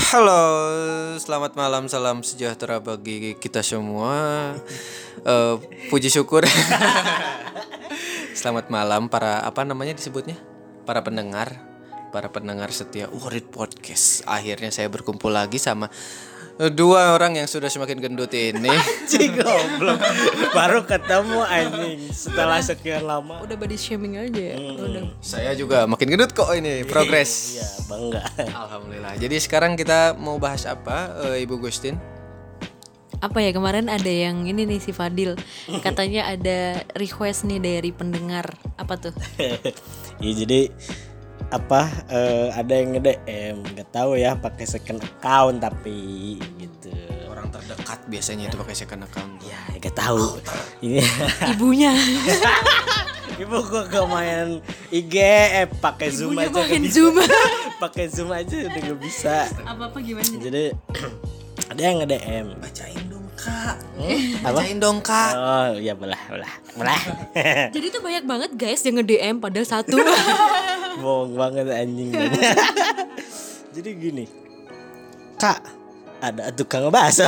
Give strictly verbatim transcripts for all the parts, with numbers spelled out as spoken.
Halo, selamat malam, salam sejahtera bagi kita semua. uh, Puji syukur. Selamat malam para apa namanya disebutnya? Para pendengar, para pendengar setia Urit Podcast. Akhirnya saya berkumpul lagi sama dua orang yang sudah semakin gendut ini. Anjing goblok. Baru ketemu anjing setelah sekian lama. Udah body shaming aja. Hmm. Udah. Saya juga makin gendut kok ini. Progres. Iya, bangga. Alhamdulillah. Jadi sekarang kita mau bahas apa, uh, Ibu Gustin? Apa ya, kemarin ada yang ini nih si Fadil. Katanya ada request nih dari pendengar. Apa tuh? Ya jadi apa uh, ada yang nge-D M, nggak tahu ya pakai second account tapi gitu. Orang terdekat biasanya itu pakai second account. Ya nggak tahu. Ini ibunya. Ibu gua gak main I G, eh pakai Zoom aja main bisa. Zoom. Pakai Zoom aja udah gak bisa. Apa-apa gimana? Jadi ada yang nge-D M. Bacain dong kak. Hmm? Apa? Bacain dong kak. Oh ya belah belah belah. Jadi tuh banyak banget guys yang nge-D M padahal satu. Bohong banget anjing. Jadi gini, Kak, ada tukang bakso.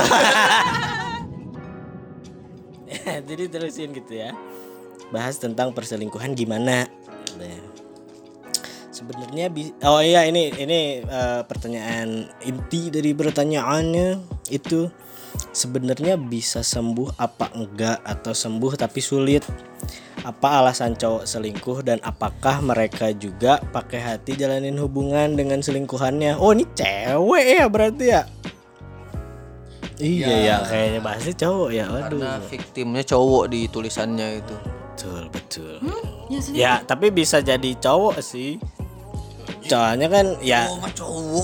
Jadi terusin gitu ya. Bahas tentang perselingkuhan gimana. Sebenarnya bi- oh iya ini ini uh, pertanyaan inti dari pertanyaannya itu sebenarnya bisa sembuh apa enggak, atau sembuh tapi sulit. Apa alasan cowok selingkuh dan apakah mereka juga pakai hati jalanin hubungan dengan selingkuhannya? Oh ini cewek ya berarti ya? Iya ya, ya kayaknya bahasnya cowok ya. Waduh. Karena viktimnya cowok di tulisannya itu. Betul betul. Hmm? Ya, ya tapi bisa jadi cowok sih. Soalnya kan ya. Oh cowok.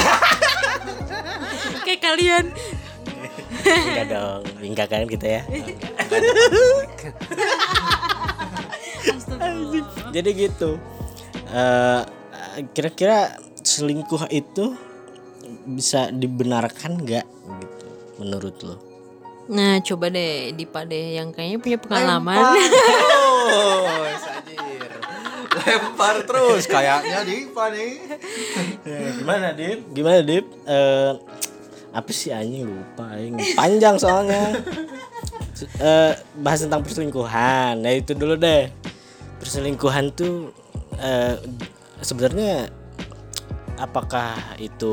Kayak kalian. Enggak dong, enggak kan kita ya. Jadi gitu. Uh, kira-kira selingkuh itu bisa dibenarkan nggak gitu menurut lo? Nah coba deh Dipa deh yang kayaknya punya pengalaman. Oh, sajir. Lempar terus kayaknya Dipa nih. Ya, gimana Dip? Gimana Dip? Uh, apa sih anjing lupa anjing. Panjang soalnya. Uh, bahas tentang perselingkuhan. Nah itu dulu deh. Perselingkuhan tuh uh, sebenarnya apakah itu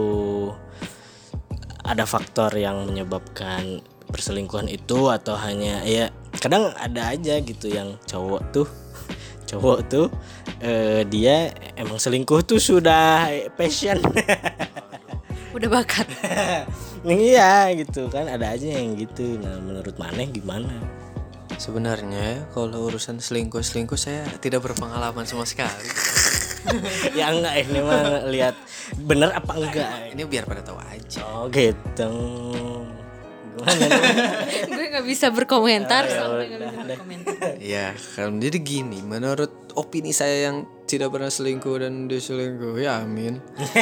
ada faktor yang menyebabkan perselingkuhan itu, atau hanya ya kadang ada aja gitu yang cowok tuh cowok tuh uh, dia emang selingkuh tuh sudah passion. Udah bakat. Iya gitu kan, ada aja yang gitu. Nah menurut Maneh gimana? Sebenarnya kalau urusan selingkuh-selingkuh saya tidak berpengalaman sama sekali. Ya enggak, ini mah lihat bener apa enggak. Ini biar pada tahu aja. Oh gitu. Gimana? Gue nggak bisa berkomentar. Oh, ya sampai udah, nggak bisa deh. berkomentar. Ya kan jadi gini, menurut opini saya yang tidak pernah selingkuh dan diselingkuh, ya amin.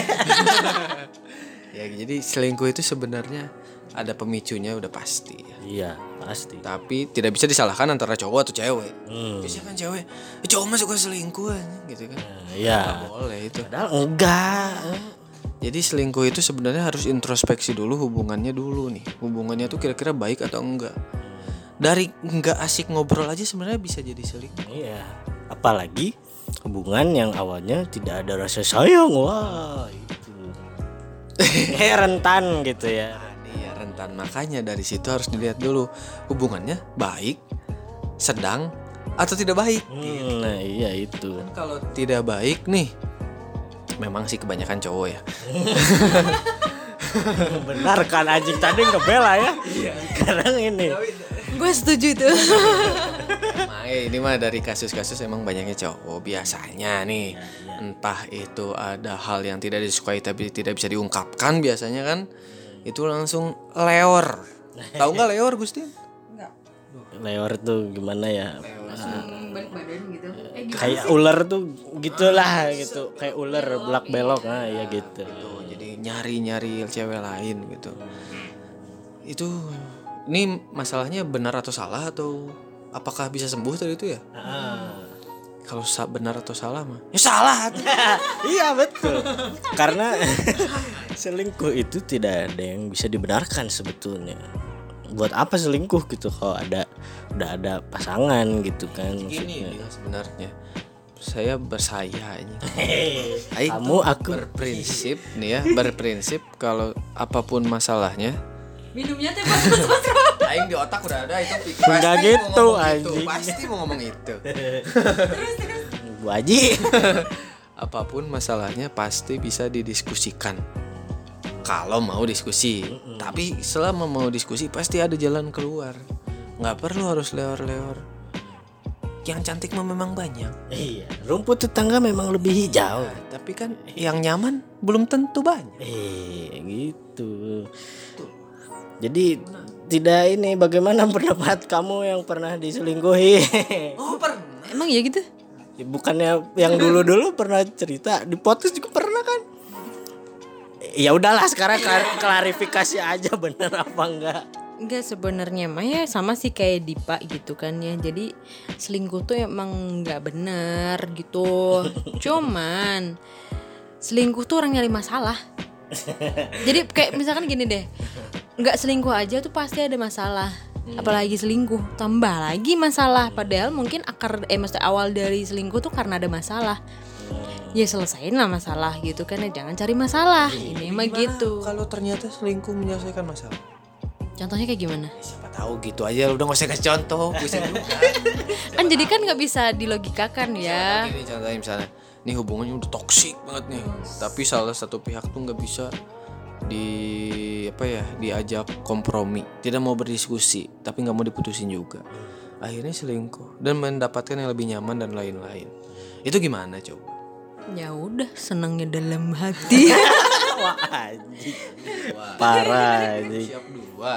Ya jadi selingkuh itu sebenarnya ada pemicunya udah pasti ya. Iya pasti. Tapi tidak bisa disalahkan antara cowok atau cewek. Hmm. Biasanya kan cewek, eh, cowok mah suka selingkuh gitu kan. Iya. Nggak boleh itu. Padahal enggak. Jadi selingkuh itu sebenarnya harus introspeksi dulu hubungannya dulu nih. Hubungannya tuh kira-kira baik atau enggak. Dari enggak asik ngobrol aja sebenarnya bisa jadi selingkuh. Iya. Apalagi hubungan yang awalnya tidak ada rasa sayang. Wah itu. Eh rentan gitu ya. Iya rentan, makanya dari situ harus dilihat dulu hubungannya baik, sedang, atau tidak baik. Hmm, nah iya itu. Kan kalau tidak baik nih, memang sih kebanyakan cowok ya. Benar kan anjing tadi ngebela ya. Iya. Sekarang ini. Gue setuju itu. Emang eh, ini mah dari kasus-kasus emang banyaknya cowok biasanya nih. Entah itu ada hal yang tidak disukai tapi tidak bisa diungkapkan biasanya kan. Itu langsung leor. Tahu nggak leor Gustin? Leor tuh gimana ya? Balik badan gitu. Eh, Kayak ular tuh gitulah gitu. Kayak ular belak belok nah ya gitu. Tuh, jadi nyari-nyari cewek lain gitu. Itu ini masalahnya benar atau salah, atau apakah bisa sembuh tadi itu ya? Ah. Kalau sa- benar atau salah mah? Ya salah. Iya betul. Karena Selingkuh itu tidak ada yang bisa dibenarkan sebetulnya. Buat apa selingkuh gitu kalau ada udah ada pasangan gitu kan. Gini nih sebenarnya. Saya bersaya ini. Kamu aku berprinsip nih ya, berprinsip kalau apapun masalahnya. Minumnya teh pas. Aing di otak udah ada itu pikir. Enggak gitu anjing. Pasti mau ngomong itu. Bu Haji. Apapun masalahnya pasti bisa didiskusikan. Kalau mau diskusi, mm-hmm. tapi selama mau diskusi pasti ada jalan keluar. Nggak perlu harus leor-leor. Yang cantik mah memang banyak. Iya, rumput tetangga memang lebih hijau. Nah, tapi kan yang nyaman belum tentu banyak. Eh, gitu. Tuh. Jadi nah. tidak ini bagaimana pendapat kamu yang pernah diselingkuhi? Oh, pernah. Emang iya gitu? Ya, bukannya yang dulu-dulu pernah cerita di podcast juga pernah kan? Ya udahlah sekarang klarifikasi aja bener apa enggak. Enggak sebenarnya mah ya sama sih kayak Dipa gitu kan ya. Jadi selingkuh tuh emang enggak bener gitu. Cuman selingkuh tuh orang nyari masalah. Jadi kayak misalkan gini deh, enggak selingkuh aja tuh pasti ada masalah. Apalagi selingkuh, tambah lagi masalah. Padahal mungkin akar eh maksudnya awal dari selingkuh tuh karena ada masalah. Ya selesain lah masalah gitu kan ya, jangan cari masalah. Ini mah gitu. Kalau ternyata selingkuh menyelesaikan masalah. Contohnya kayak gimana? Siapa tahu gitu aja, udah nggak usah kasih contoh, bisa juga. Kan jadi kan nggak bisa dilogikakan ya. Ini contohnya misalnya, nih hubungannya udah toksik banget nih, tapi salah satu pihak tuh nggak bisa di apa ya diajak kompromi, tidak mau berdiskusi, tapi nggak mau diputusin juga. Akhirnya selingkuh dan mendapatkan yang lebih nyaman dan lain-lain. Itu gimana coba? Ya udah, senangnya dalam hati. Wah anjing. Parah anjing. Siap dua.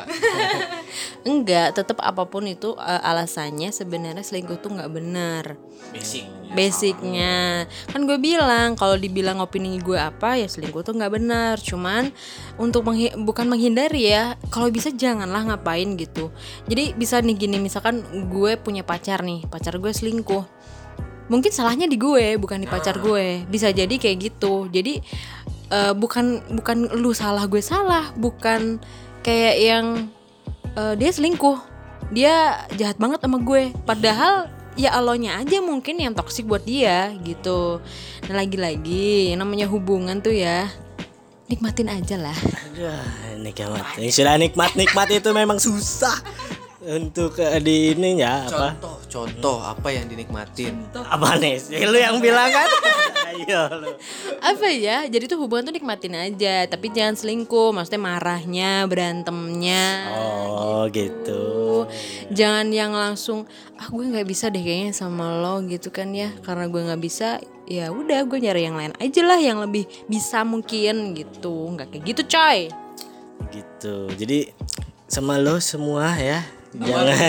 Enggak, tetap apapun itu uh, alasannya sebenarnya selingkuh tuh nggak benar. Basic. Basicnya kan gue bilang kalau dibilang opini gue apa ya selingkuh tuh nggak benar. Cuman untuk menghi- bukan menghindari ya, kalau bisa janganlah ngapain gitu. Jadi bisa nih gini, misalkan gue punya pacar nih, pacar gue selingkuh. Mungkin salahnya di gue, bukan di pacar gue. Bisa jadi kayak gitu. Jadi uh, bukan bukan lu salah gue salah, bukan kayak yang uh, dia selingkuh, dia jahat banget sama gue. Padahal ya Allahnya aja mungkin yang toksik buat dia gitu. Nah lagi-lagi yang namanya hubungan tuh ya nikmatin aja lah. Aduh, nikmat. Istilah nikmat-nikmat itu memang susah untuk uh, di ini ya apa? Contoh, contoh apa yang dinikmatin? Apa nih? Lu yang bilang kan? Ayo lu. Apa ya? Jadi tuh hubungan tuh nikmatin aja, tapi jangan selingkuh. Maksudnya marahnya, berantemnya. Oh gitu. gitu. Jangan yang langsung ah gue nggak bisa deh kayaknya sama lo gitu kan ya. Karena gue nggak bisa, ya udah gue nyari yang lain aja lah yang lebih bisa mungkin gitu. Nggak kayak gitu coy. Gitu. Jadi sama lo semua ya. Jangan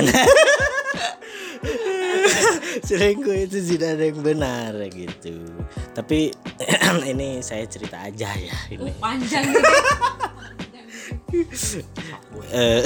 selingkuh itu tidak ada yang benar gitu. Tapi ini saya cerita aja ya ini. Oh, panjang Eh,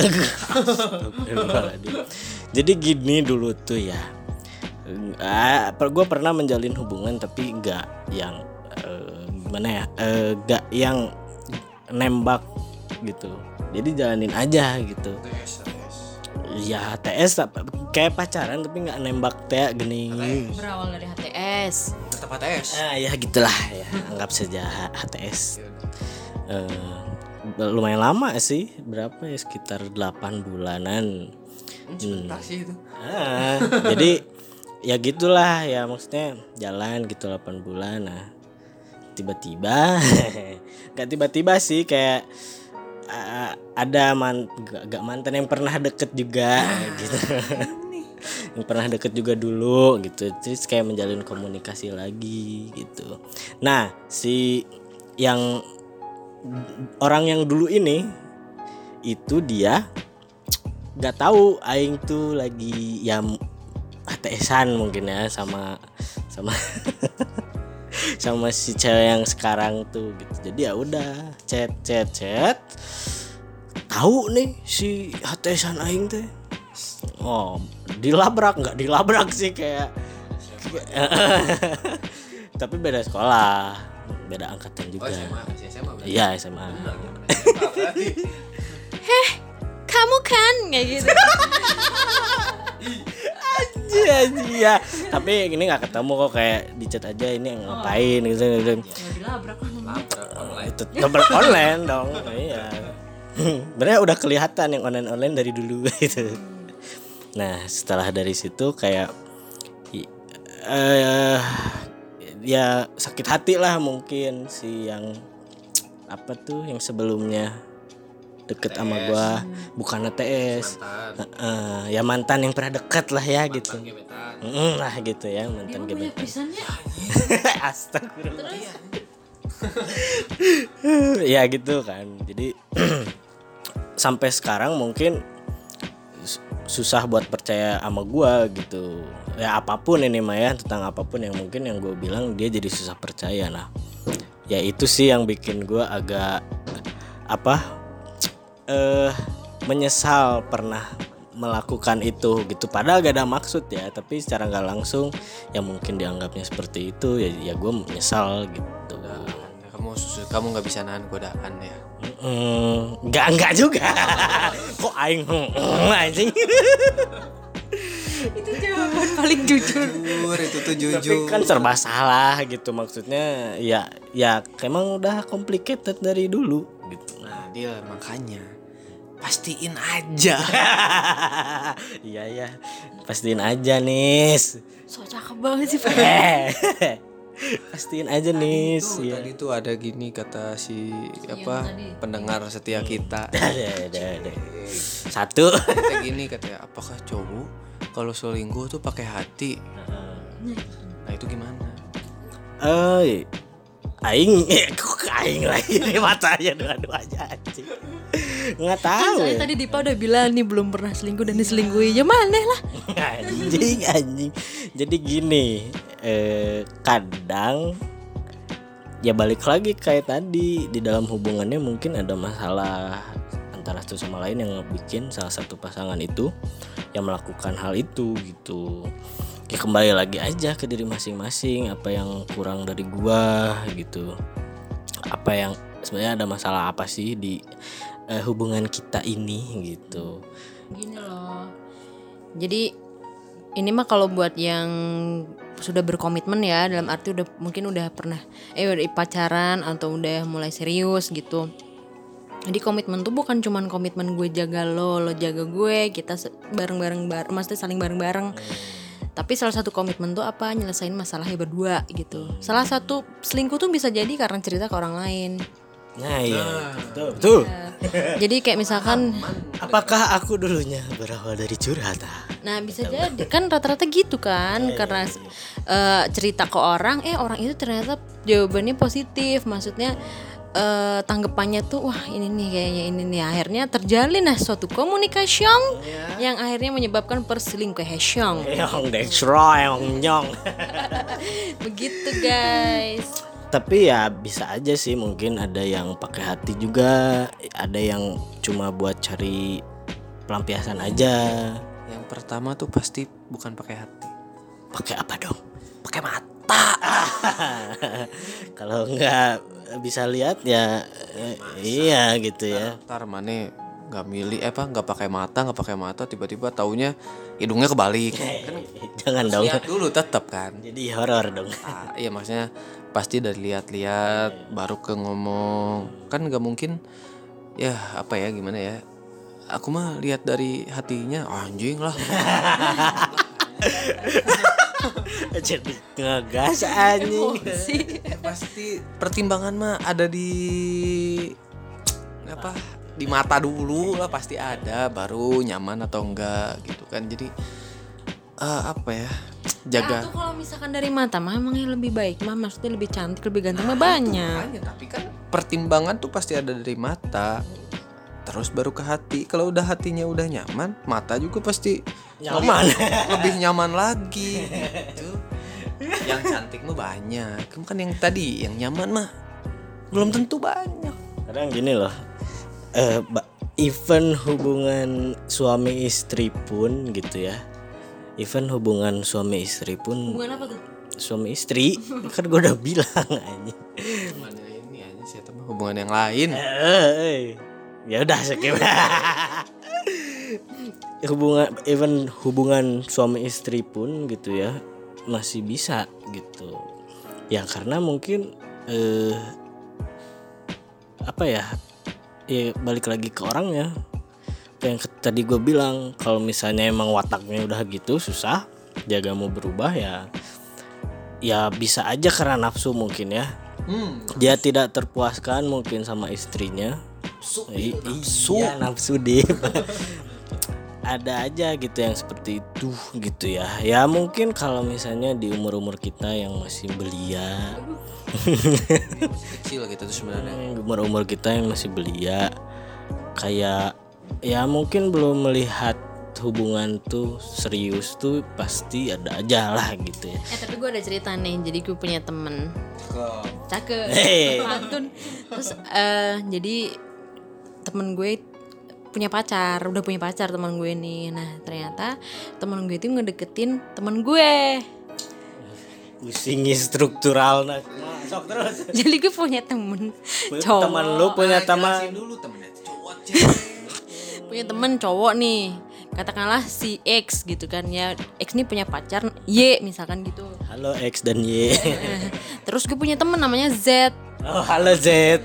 Jadi gini dulu tuh ya. Uh, gue pernah menjalin hubungan tapi nggak yang uh, gimana ya? Uh, nggak yang nembak gitu. Jadi jalanin aja gitu. Ya H T S kayak pacaran tapi nggak nembak kayak gini. Berawal dari H T S. Tetap H T S. Ah ya gitulah ya, anggap saja H T S. Uh, lumayan lama sih, berapa ya sekitar delapan bulanan. Sebentar hmm. sih itu. Ah, jadi ya gitulah ya, maksudnya jalan gitu delapan bulan. Nah tiba-tiba nggak tiba-tiba sih kayak Uh, ada man, gak, gak mantan yang pernah deket juga gitu. Yang pernah deket juga dulu gitu. Terus kayak menjalin komunikasi lagi gitu. Nah si yang orang yang dulu ini itu dia gak tahu aing tuh lagi ya H T S-an mungkin ya sama sama sama si cewek yang sekarang tuh gitu. Jadi ya udah chat chat chat. Tahu nih si H T S-an aing teh. Oh, dilabrak enggak dilabrak sih kayak tapi beda sekolah. beda angkatan juga. Oh, S M A, masih S M A berarti. Iya, S M A. Benar, zaman S M A berarti. Kamu kan kayak gitu. Iya, tapi ini nggak ketemu kok, kayak di chat aja ini ngapain gitu gitu. Dilabrak lah namanya. Labrak online. Itu double online dong. Iya. Sebenarnya udah kelihatan yang online-online dari dulu gitu. Nah, setelah dari situ kayak eh ya sakit hati lah mungkin si yang apa tuh yang sebelumnya deket sama gua, bukan T S. Uh, ya mantan yang pernah dekat lah ya mantan gitu. Mm, lah gitu ya, mantan gebetan. Astagfirullah. Ya gitu kan. Jadi sampai sekarang mungkin susah buat percaya sama gua gitu. Ya apapun ini mah ya, tentang apapun yang mungkin yang gua bilang dia jadi susah percaya. Nah, ya itu sih yang bikin gua agak apa? Eh, menyesal pernah melakukan itu gitu, padahal gak ada maksud ya, tapi secara nggak langsung ya mungkin dianggapnya seperti itu ya, ya gue menyesal gitu. Kamu kamu nggak bisa nahan godaan ya? Mm, nggak nggak juga. Kok aing anjing. Itu jawaban paling jujur. Jujur itu tuh Tapi jujur. kan serba salah gitu, maksudnya ya ya emang udah complicated dari dulu gitu. Nah dia makanya pastiin aja. Iya ya, pastiin aja Nis. So cakep banget sih Pak. Pastiin aja Nis. Tuh, Ya. tadi tuh ada gini kata si apa tadi. pendengar setia kita. Ada ada ada. Satu. Kata gini katanya, apakah cowok kalau selingkuh tuh pakai hati? Nah itu gimana? Eh, aing kok aing lagi nih matanya dua-duanya anjing. Enggak tahu. Soalnya tadi Dipa udah bilang nih belum pernah selingkuh dan diselingkuhi. Ya mana lah. Anjing anjing. Jadi gini, eh kadang ya balik lagi kayak tadi, di dalam hubungannya mungkin ada masalah antara satu sama lain yang bikin salah satu pasangan itu yang melakukan hal itu gitu. Ya kembali lagi aja ke diri masing-masing, apa yang kurang dari gua gitu, apa yang sebenarnya ada masalah apa sih di uh, hubungan kita ini gitu. Gini loh. Jadi ini mah kalau buat yang sudah berkomitmen ya, dalam arti udah mungkin udah pernah eh udah pacaran atau udah mulai serius gitu. Jadi komitmen tuh bukan cuman komitmen gue jaga lo, lo jaga gue, kita bareng-bareng bar, maksudnya saling bareng-bareng. Tapi salah satu komitmen tuh apa? Nyelesain masalahnya berdua gitu. Salah satu selingkuh tuh bisa jadi karena cerita ke orang lain. Nah iya, betul, betul. Ya. Jadi kayak misalkan, Apakah aku dulunya berawal dari curhatan? nah bisa jadi kan rata-rata gitu kan, karena uh, cerita ke orang, eh orang itu ternyata jawabannya positif, maksudnya uh, tanggapannya tuh wah ini nih kayaknya ini nih, akhirnya terjalin lah suatu komunikasi yang akhirnya menyebabkan perselingkuhan. Yang Dexroy, yang nyong. Begitu guys. Tapi ya bisa aja sih, mungkin ada yang pakai hati juga, ada yang cuma buat cari pelampiasan aja. Yang pertama tuh pasti bukan pakai hati. Pakai apa dong? Pakai mata. Kalau nggak bisa lihat ya eh, iya gitu ya. Ntar mana nggak milih eh apa nggak pakai mata nggak pakai mata tiba-tiba taunya hidungnya kebalik. Kan Jangan dong. lihat dulu tetap kan. Jadi horor dong. Ah, iya maksudnya pasti dari lihat-lihat baru ke ngomong, kan nggak mungkin ya apa ya gimana ya, aku mah lihat dari hatinya anjing lah. Jadi ngegas anjing. Ya, pasti pertimbangan mah ada di apa di mata dulu lah, pasti ada baru nyaman atau enggak gitu kan. Jadi uh, apa ya jaga. Ya, atau kalau misalkan dari mata mah emangnya lebih baik mah, maksudnya lebih cantik lebih ganteng mah banyak. Makanya, tapi kan pertimbangan tuh pasti ada dari mata, terus baru ke hati. Kalau udah hatinya udah nyaman, mata juga pasti Nyaman. lebih, lebih nyaman lagi gitu. Yang cantik mah banyak, kan yang tadi yang nyaman mah belum tentu banyak. Kadang gini loh, eh, even hubungan suami istri pun gitu ya, even hubungan suami istri pun, Hubungan apa tuh? suami istri. Kan gue udah bilang anjing. Hubungannya ini aja sih teman hubungan yang lain. Eh, ya udah skip. Hubungan even hubungan suami istri pun gitu ya masih bisa gitu. Ya karena mungkin eh apa ya? Ya balik lagi ke orangnya. Yang tadi gue bilang kalau misalnya emang wataknya udah gitu susah, dia gak mau berubah ya ya bisa aja karena nafsu mungkin ya. Hmm, dia tidak terpuaskan mungkin sama istrinya. Nafsu, I- nafsu. Iya nafsu deh. Ada aja gitu yang seperti itu gitu ya. Ya mungkin kalau misalnya di umur-umur kita yang masih belia, Kecil gitu tuh sebenarnya. umur-umur kita yang masih belia, kayak ya mungkin belum melihat hubungan tuh serius tuh pasti ada aja lah gitu ya. Eh tapi gue ada cerita nih. Jadi gue punya temen cakep, Hey. pantun. Terus eh, jadi temen gue punya pacar, udah punya pacar teman gue nih. Nah ternyata teman gue itu ngedeketin teman gue. Pusingnya struktural nah. Masuk terus. Jadi gue punya temen cowok. Teman lu punya teman. Jelasin dulu temennya cowok cewek. Punya temen cowok nih, katakanlah si X gitu kan ya. X nih punya pacar Y misalkan gitu. Halo X dan Y. Terus gue punya temen namanya Z, Oh halo Z.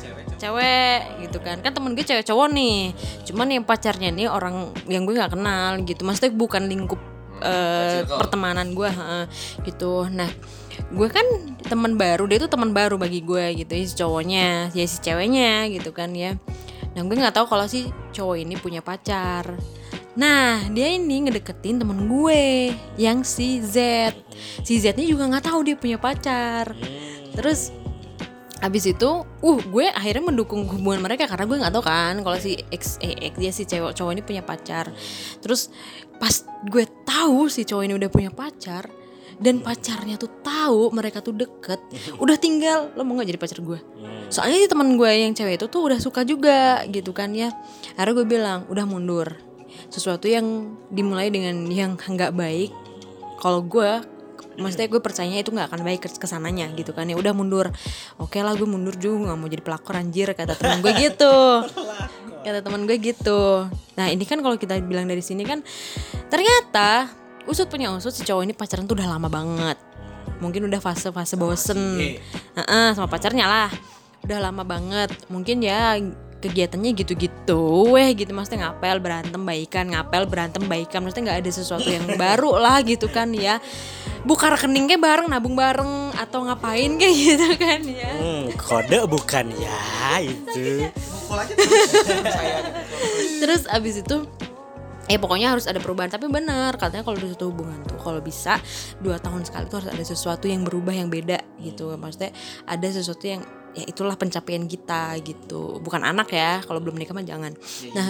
cewek gitu kan. Kan temen gue cewek cowok nih. Cuman yang pacarnya nih orang yang gue nggak kenal gitu. Maksudnya bukan lingkup eh, pertemanan gue heeh, gitu. Nah gue kan teman baru, dia tuh teman baru bagi gue gitu ya, si cowoknya ya si ceweknya gitu kan ya. Nah gue nggak tahu kalau si cowok ini punya pacar. Nah dia ini ngedeketin temen gue yang si Z. Si Z ini juga nggak tahu dia punya pacar. Terus abis itu, uh gue akhirnya mendukung hubungan mereka karena gue nggak tahu kan kalau si X, eh, X dia si cewek cowok ini punya pacar. Terus pas gue tahu si cowok ini udah punya pacar dan pacarnya tuh tahu mereka tuh deket, udah tinggal lo mau nggak jadi pacar gue? Soalnya si teman gue yang cewek itu tuh udah suka juga gitu kan ya. Akhirnya gue bilang udah mundur. Sesuatu yang dimulai dengan yang nggak baik, kalau gue maksudnya gue percayanya itu nggak akan baik kesananya gitu kan ya, udah mundur. Oke lah gue mundur juga, nggak mau jadi pelakor anjir kata teman gue gitu. Kata teman gue gitu. Nah ini kan kalau kita bilang dari sini kan ternyata usut punya usut si cowok ini pacaran tuh udah lama banget. Mungkin udah fase-fase bosen uh-uh, sama pacarnya lah. Udah lama banget. Mungkin ya kegiatannya gitu-gitu weh gitu, maksudnya ngapel berantem baikan, ngapel berantem baikan, maksudnya nggak ada sesuatu yang baru lah gitu kan ya. Buka rekeningnya bareng, nabung bareng atau ngapain kayak gitu kan ya. Hmm, kode bukan ya itu. Mukul aja terus. Saya Terus abis itu eh pokoknya harus ada perubahan. Tapi benar katanya kalau di suatu hubungan tuh kalau bisa dua tahun sekali tuh harus ada sesuatu yang berubah, yang beda gitu. Maksudnya ada sesuatu yang ya itulah pencapaian kita gitu. Bukan anak ya, kalau belum menikah mah jangan. Nah,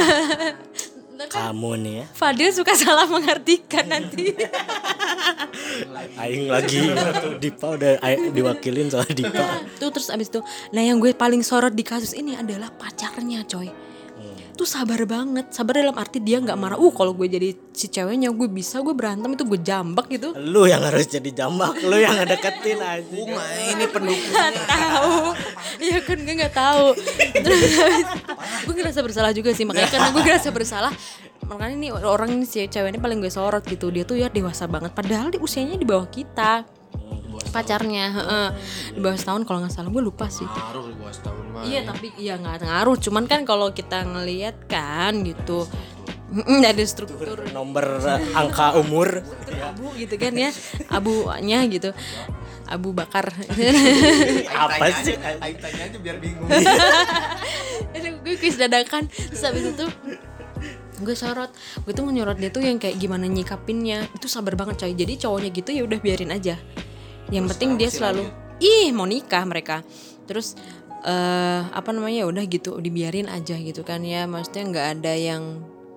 Kamu nih ya. Fadil suka salah mengartikan nanti. Aing lagi tuh Dipa udah ay- diwakilin soal Dipa. Tuh terus abis itu, nah yang gue paling sorot di kasus ini adalah pacarnya coy. Tuh sabar banget, sabar dalam arti dia nggak marah. Uh kalau gue jadi si ceweknya gue bisa gue berantem itu gue jambak gitu. Lu yang harus jadi jambak, lu yang ngedeketin aja. bunga ini pendukung. Nggak tahu, ya kan gue nggak tahu. Terus gue ngerasa bersalah juga sih, makanya karena gue ngerasa bersalah. Makanya nih orang ini si cewek ini paling gue sorot gitu. Dia tuh ya dewasa banget, padahal di usianya di bawah kita. Pacarnya, heeh. Di bawah setahun kalau nggak salah, gue lupa sih. Ngaruh di bawah setahun mah. Iya tapi ya nggak ngaruh, cuman kan kalau kita ngelihat kan gitu, mm, dari struktur Nomor uh, angka umur. abu gitu kan ya, abunya gitu, Abu Bakar. Apa sih? Aing tanya aja biar bingung. Gue kuis dadakan, terus habis itu gue sorot, gue tuh nyorot dia tuh yang kayak gimana nyikapinnya, itu sabar banget coy. Jadi cowoknya gitu ya udah biarin aja. Yang Terus penting dia masih selalu, ih mau nikah mereka. Terus eh apa namanya, udah gitu dibiarin aja gitu kan ya. Maksudnya nggak ada yang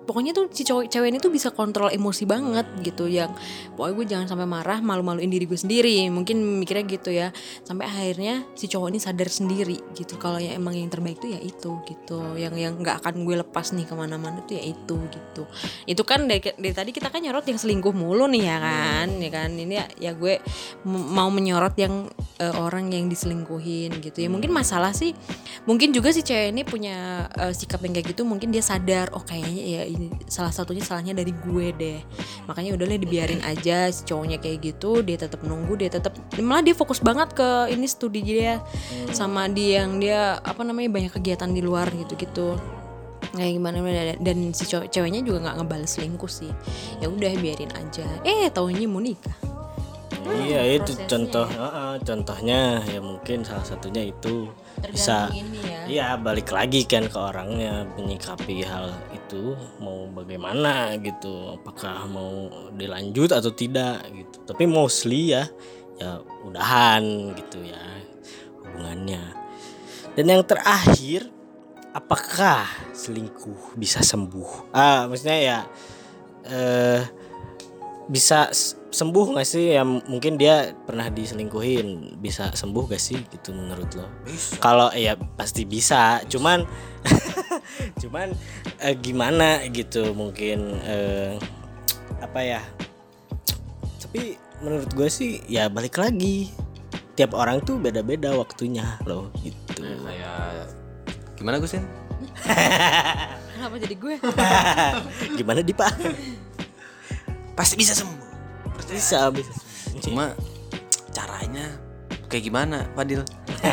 pokoknya tuh si cowok cewek ini tuh bisa kontrol emosi banget gitu, yang pokoknya gue jangan sampai marah, malu-maluin diri gue sendiri, mungkin mikirnya gitu ya, sampai akhirnya si cowok ini sadar sendiri gitu kalau ya emang yang terbaik tuh ya itu gitu, yang yang nggak akan gue lepas nih kemana-mana tuh ya itu gitu. Itu kan dari, dari tadi kita kan nyorot yang selingkuh mulu nih ya kan, ya kan ini ya, ya gue m- mau menyorot yang uh, orang yang diselingkuhin gitu ya. Mungkin masalah sih, mungkin juga si cewek ini punya uh, sikap yang kayak gitu, mungkin dia sadar oh kayaknya ya ini salah satunya salahnya dari gue deh, makanya udahlah dibiarin aja si cowoknya kayak gitu, dia tetap nunggu, dia tetap malah dia fokus banget ke ini studi dia hmm. sama dia yang dia apa namanya banyak kegiatan di luar gitu-gitu kayak gimana, dan si cowok ceweknya juga nggak ngebales selingkuh sih, ya udah biarin aja, eh taunya mau nikah. Iya itu contoh, ya. uh, contohnya ya mungkin salah satunya itu bisa ya. Iya balik lagi kan ke orangnya menyikapi hal itu mau bagaimana gitu, apakah mau dilanjut atau tidak gitu. Tapi mostly ya ya udahan gitu ya hubungannya. Dan yang terakhir, apakah selingkuh bisa sembuh? Ah maksudnya ya eh, bisa sembuh nggak sih, ya mungkin dia pernah diselingkuhin, bisa sembuh gak sih gitu menurut lo? Kalau ya pasti bisa, cuman cuman eh, gimana gitu mungkin eh, apa ya, tapi menurut gue sih ya balik lagi tiap orang tuh beda-beda waktunya loh gitu. Kayak gimana Gusin? Kenapa jadi gue? Gimana Dipa? Pasti bisa sembuh. Bisa, bisa. Cuma caranya kayak gimana, Fadil?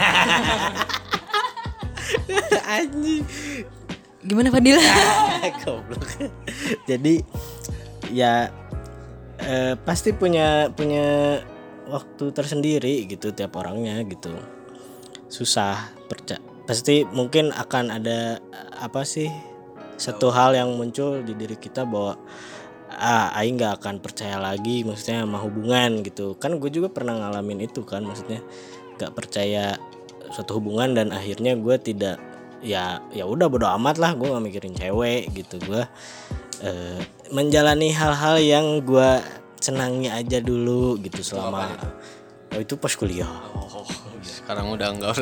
Anjing. Gimana Fadil? Goblok. Jadi ya eh, pasti punya punya waktu tersendiri gitu tiap orangnya gitu. Susah percaya. Pasti mungkin akan ada apa sih satu hal yang muncul di diri kita bahwa ah aing nggak akan percaya lagi maksudnya sama hubungan gitu kan. Gue juga pernah ngalamin itu kan, maksudnya nggak percaya suatu hubungan dan akhirnya gue tidak ya ya udah bodo amat lah, gue nggak mikirin cewek gitu. Gue eh, menjalani hal-hal yang gue senangi aja dulu gitu selama oh itu pas kuliah. Oh, sekarang udah enggak.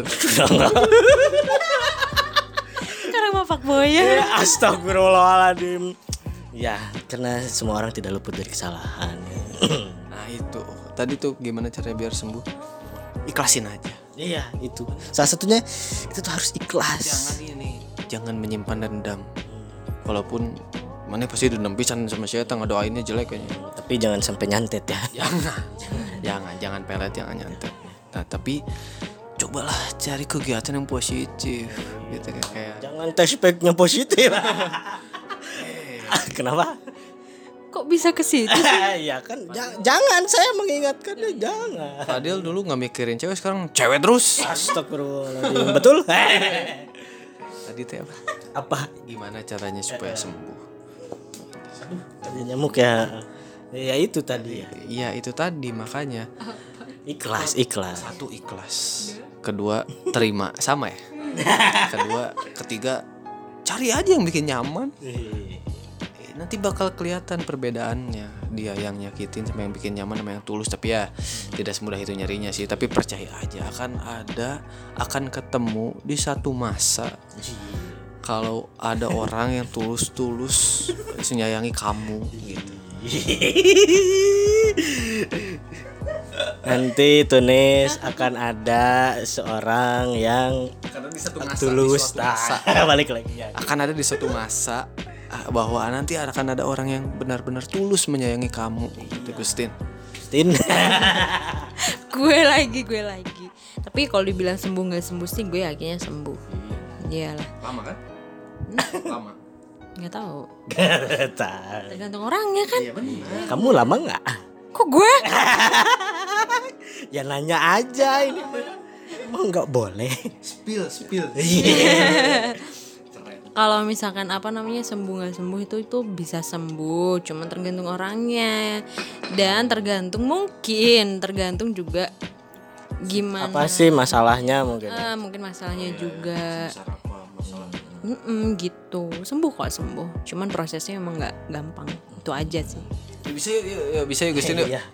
Sekarang mah fuckboy ya. Astagfirullahaladzim. Ya, karena semua orang tidak luput dari kesalahan. Nah itu, tadi tuh gimana caranya biar sembuh? Ikhlasin aja. Iya, itu. Salah satunya itu tuh harus ikhlas. Jangan ini, jangan menyimpan dendam. Walaupun mana pasti dendam pisan sama syaitan, ngedoainnya jelek kayaknya. Tapi jangan sampai nyantet ya. Jangan, jangan, jangan pelet, jangan nyantet. Nah tapi cobalah cari kegiatan yang positif, gitu kayak. Jangan tes pack-nya positif. Kenapa? Kok bisa ke situ? Ya kan, j- jangan saya mengingatkannya jangan. Fadil dulu nggak mikirin cewek, sekarang cewek terus. Astagfirullahaladzim. Betul? Tadi teh apa? Apa? Gimana caranya supaya sembuh? Ada nyamuk ya. Ya itu tadi. Iya itu tadi makanya. Ikhlas, ikhlas. Satu ikhlas. Kedua terima, sama ya. Kedua, ketiga cari aja yang bikin nyaman. Nanti bakal kelihatan perbedaannya, dia yang nyakitin sama yang bikin nyaman sama yang tulus. Tapi ya tidak semudah itu nyarinya sih. Tapi percaya aja akan ada, akan ketemu di satu masa kalau ada orang yang tulus-tulus menyayangi kamu gitu. Nanti Tunis akan ada seorang yang Di satu masa, tulus. di suatu masa. Nah, balik lagi ya. Akan ada di suatu masa bahwa nanti akan ada orang yang benar-benar tulus menyayangi kamu gitu Gustin. Tin. Gue lagi, gue lagi. Tapi kalau dibilang sembuh nggak sembuh sih, gue yakinnya sembuh. Iyalah. Lama kan? Lama. Nggak tahu. Gak. Tergantung orangnya kan. Iya benar. Kamu lama nggak? Kok gue? Ya nanya aja ini. Emang nggak boleh? Spill, spill. Kalau misalkan apa namanya sembuh nggak sembuh itu itu bisa sembuh, cuman tergantung orangnya dan tergantung mungkin tergantung juga gimana. Apa sih masalahnya mungkin? Ah, mungkin masalahnya juga. Mm-mm, gitu. Sembuh kok sembuh. Cuman prosesnya emang nggak gampang. Itu aja sih. Ya, bisa yuk, yuk, yuk, bisa yuk Gustin yuk. Iya.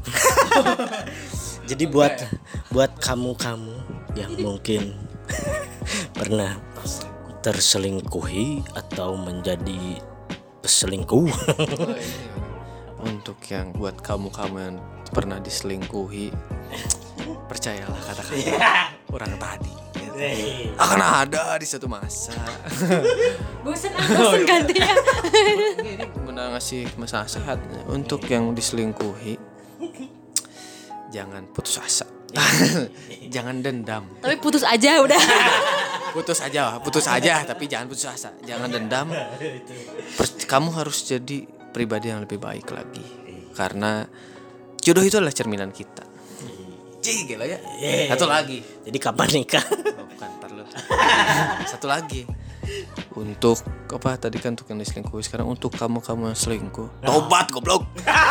Jadi buat buat kamu-kamu yang mungkin pernah terselingkuhi atau menjadi peselingkuh. Untuk yang buat kamu-kamu yang pernah diselingkuhi, percayalah kata-kata orang tadi. Akan ada di satu masa. Bosan bosan gantinya. Ini benar ngasih masalah sehat untuk yang diselingkuhi. Jangan putus asa. Jangan dendam. Tapi putus aja udah. Putus aja, putus aja, tapi jangan putus asa. Jangan dendam. Pers- Kamu harus jadi pribadi yang lebih baik lagi. Karena jodoh itu adalah cerminan kita. Cih, gila ya. Satu lagi. Jadi kapan nikah? Oh, bukan, ntar lu. Satu lagi. Untuk apa tadi kan untuk yang diselingkuh, sekarang untuk kamu-kamu yang selingkuh. Tobat goblok.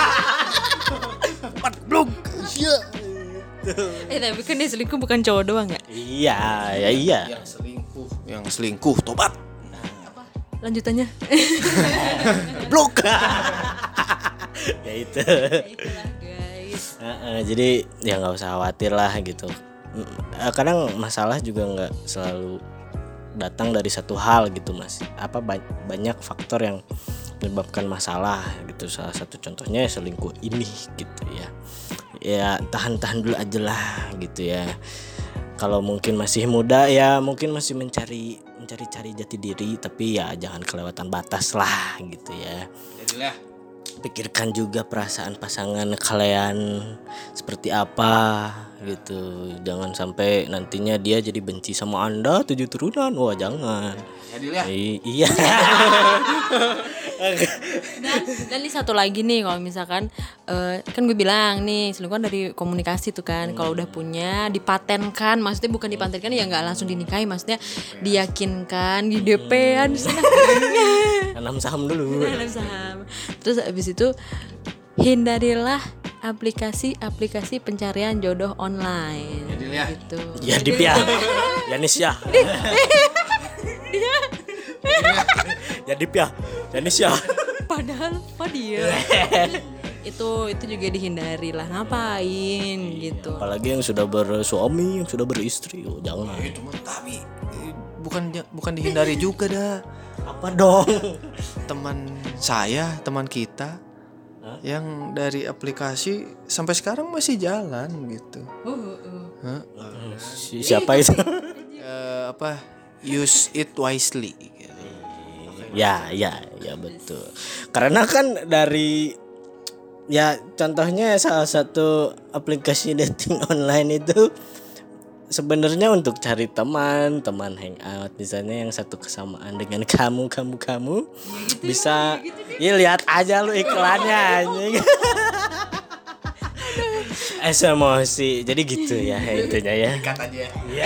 Tobat goblok. Eh tapi kan dia selingkuh bukan cowok doang ya. Iya, ya iya. Yang selingkuh, yang selingkuh tobat. Lanjutannya. Blok. Ya itu. Itulah guys. Uh, uh, jadi ya nggak usah khawatir lah gitu. Uh, kadang masalah juga nggak selalu datang dari satu hal gitu mas. Apa ba- banyak faktor yang menyebabkan masalah gitu. Salah satu contohnya selingkuh ini gitu ya. Ya tahan-tahan dulu aja lah gitu ya. Kalau mungkin masih muda ya mungkin masih mencari mencari-cari jati diri, tapi ya jangan kelewatan batas lah gitu ya. Jadilah. Pikirkan juga perasaan pasangan kalian seperti apa gitu. Jangan sampai nantinya dia jadi benci sama Anda tujuh turunan. Wah jangan. Jadilah. I- iya. Dan, dan ini satu lagi nih kalau misalkan uh, kan gue bilang nih selingkuh kan dari komunikasi tuh kan. Kalau udah punya dipatenkan, maksudnya bukan dipatenkan ya nggak langsung dinikahi, maksudnya diyakinkan, di D P-an Tanam saham dulu. Tanam saham. Terus abis itu hindarilah aplikasi-aplikasi pencarian jodoh online. Jadilah. Gitu. Ya Dip ya. Yanis ya. Ya Dip ya. Yanis ya. Padahal Fadil. itu itu juga dihindari lah, ngapain gitu. Apalagi yang sudah bersuami, yang sudah beristri, oh jangan. Itu mah tapi eh, bukan bukan dihindari juga dah. Apa dong? Teman saya, teman kita huh? yang dari aplikasi sampai sekarang masih jalan gitu. Uh, uh. Hah? Si, siapa itu? Eh, apa? Use it wisely. Gitu. Ya, ya, ya betul. Karena kan dari ya contohnya salah satu aplikasi dating online itu sebenarnya untuk cari teman, teman hangout misalnya yang satu kesamaan dengan kamu, kamu, kamu bisa, ya lihat aja lu iklannya anjing. Es emosi, jadi gitu ya intinya ya. Ikat aja.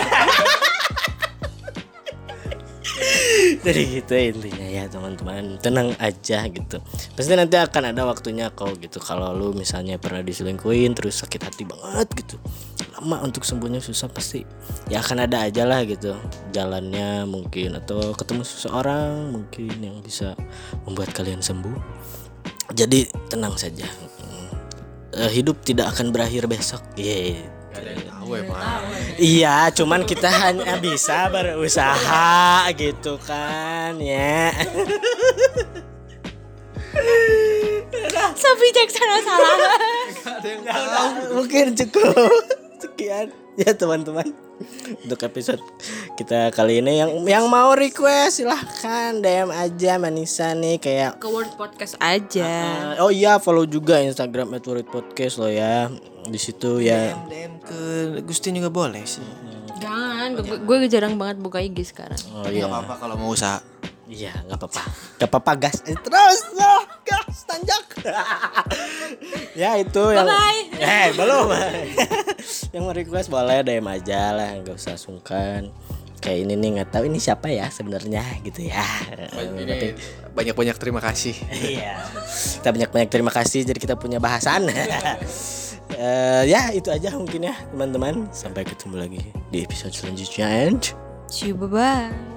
Jadi gitu intinya ya teman-teman, tenang aja gitu. Pasti nanti akan ada waktunya kau gitu. Kalau lu misalnya pernah diselingkuhin terus sakit hati banget gitu, lama untuk sembuhnya susah, pasti ya akan ada aja lah gitu jalannya mungkin, atau ketemu seseorang mungkin yang bisa membuat kalian sembuh. Jadi tenang saja, uh, hidup tidak akan berakhir besok. Yeah. Gak ada yang tahu emang. Iya, cuman kita hanya bisa berusaha gitu kan ya. Sofi Jackson salah. Gak ada yang tahu. Mungkin cukup sekian ya teman-teman untuk episode kita kali ini. Yang yang mau request silahkan D M aja Manisa nih kayak Ke Word Podcast aja. uh, oh iya follow juga Instagram at Word Podcast lo ya. Di situ ya. D M, D M ke Gustin juga boleh sih. Jangan, gue, gue jarang banget buka I G sekarang. Oh Iya iya. apa-apa kalau mau usaha. Iya, enggak apa-apa. Enggak apa-apa, gas. Eh, terus loh, gas tanjak. Ya itu yang Bye-bye. Eh, belum. Yang mau request boleh D M aja lah, enggak usah sungkan. Kayak ini nih enggak tahu ini siapa ya sebenarnya gitu ya. Ini banyak-banyak terima kasih. Iya. Kita banyak-banyak terima kasih jadi kita punya bahasan. Uh, ya itu aja mungkin ya teman-teman. Sampai ketemu lagi di episode selanjutnya and See you, bye-bye.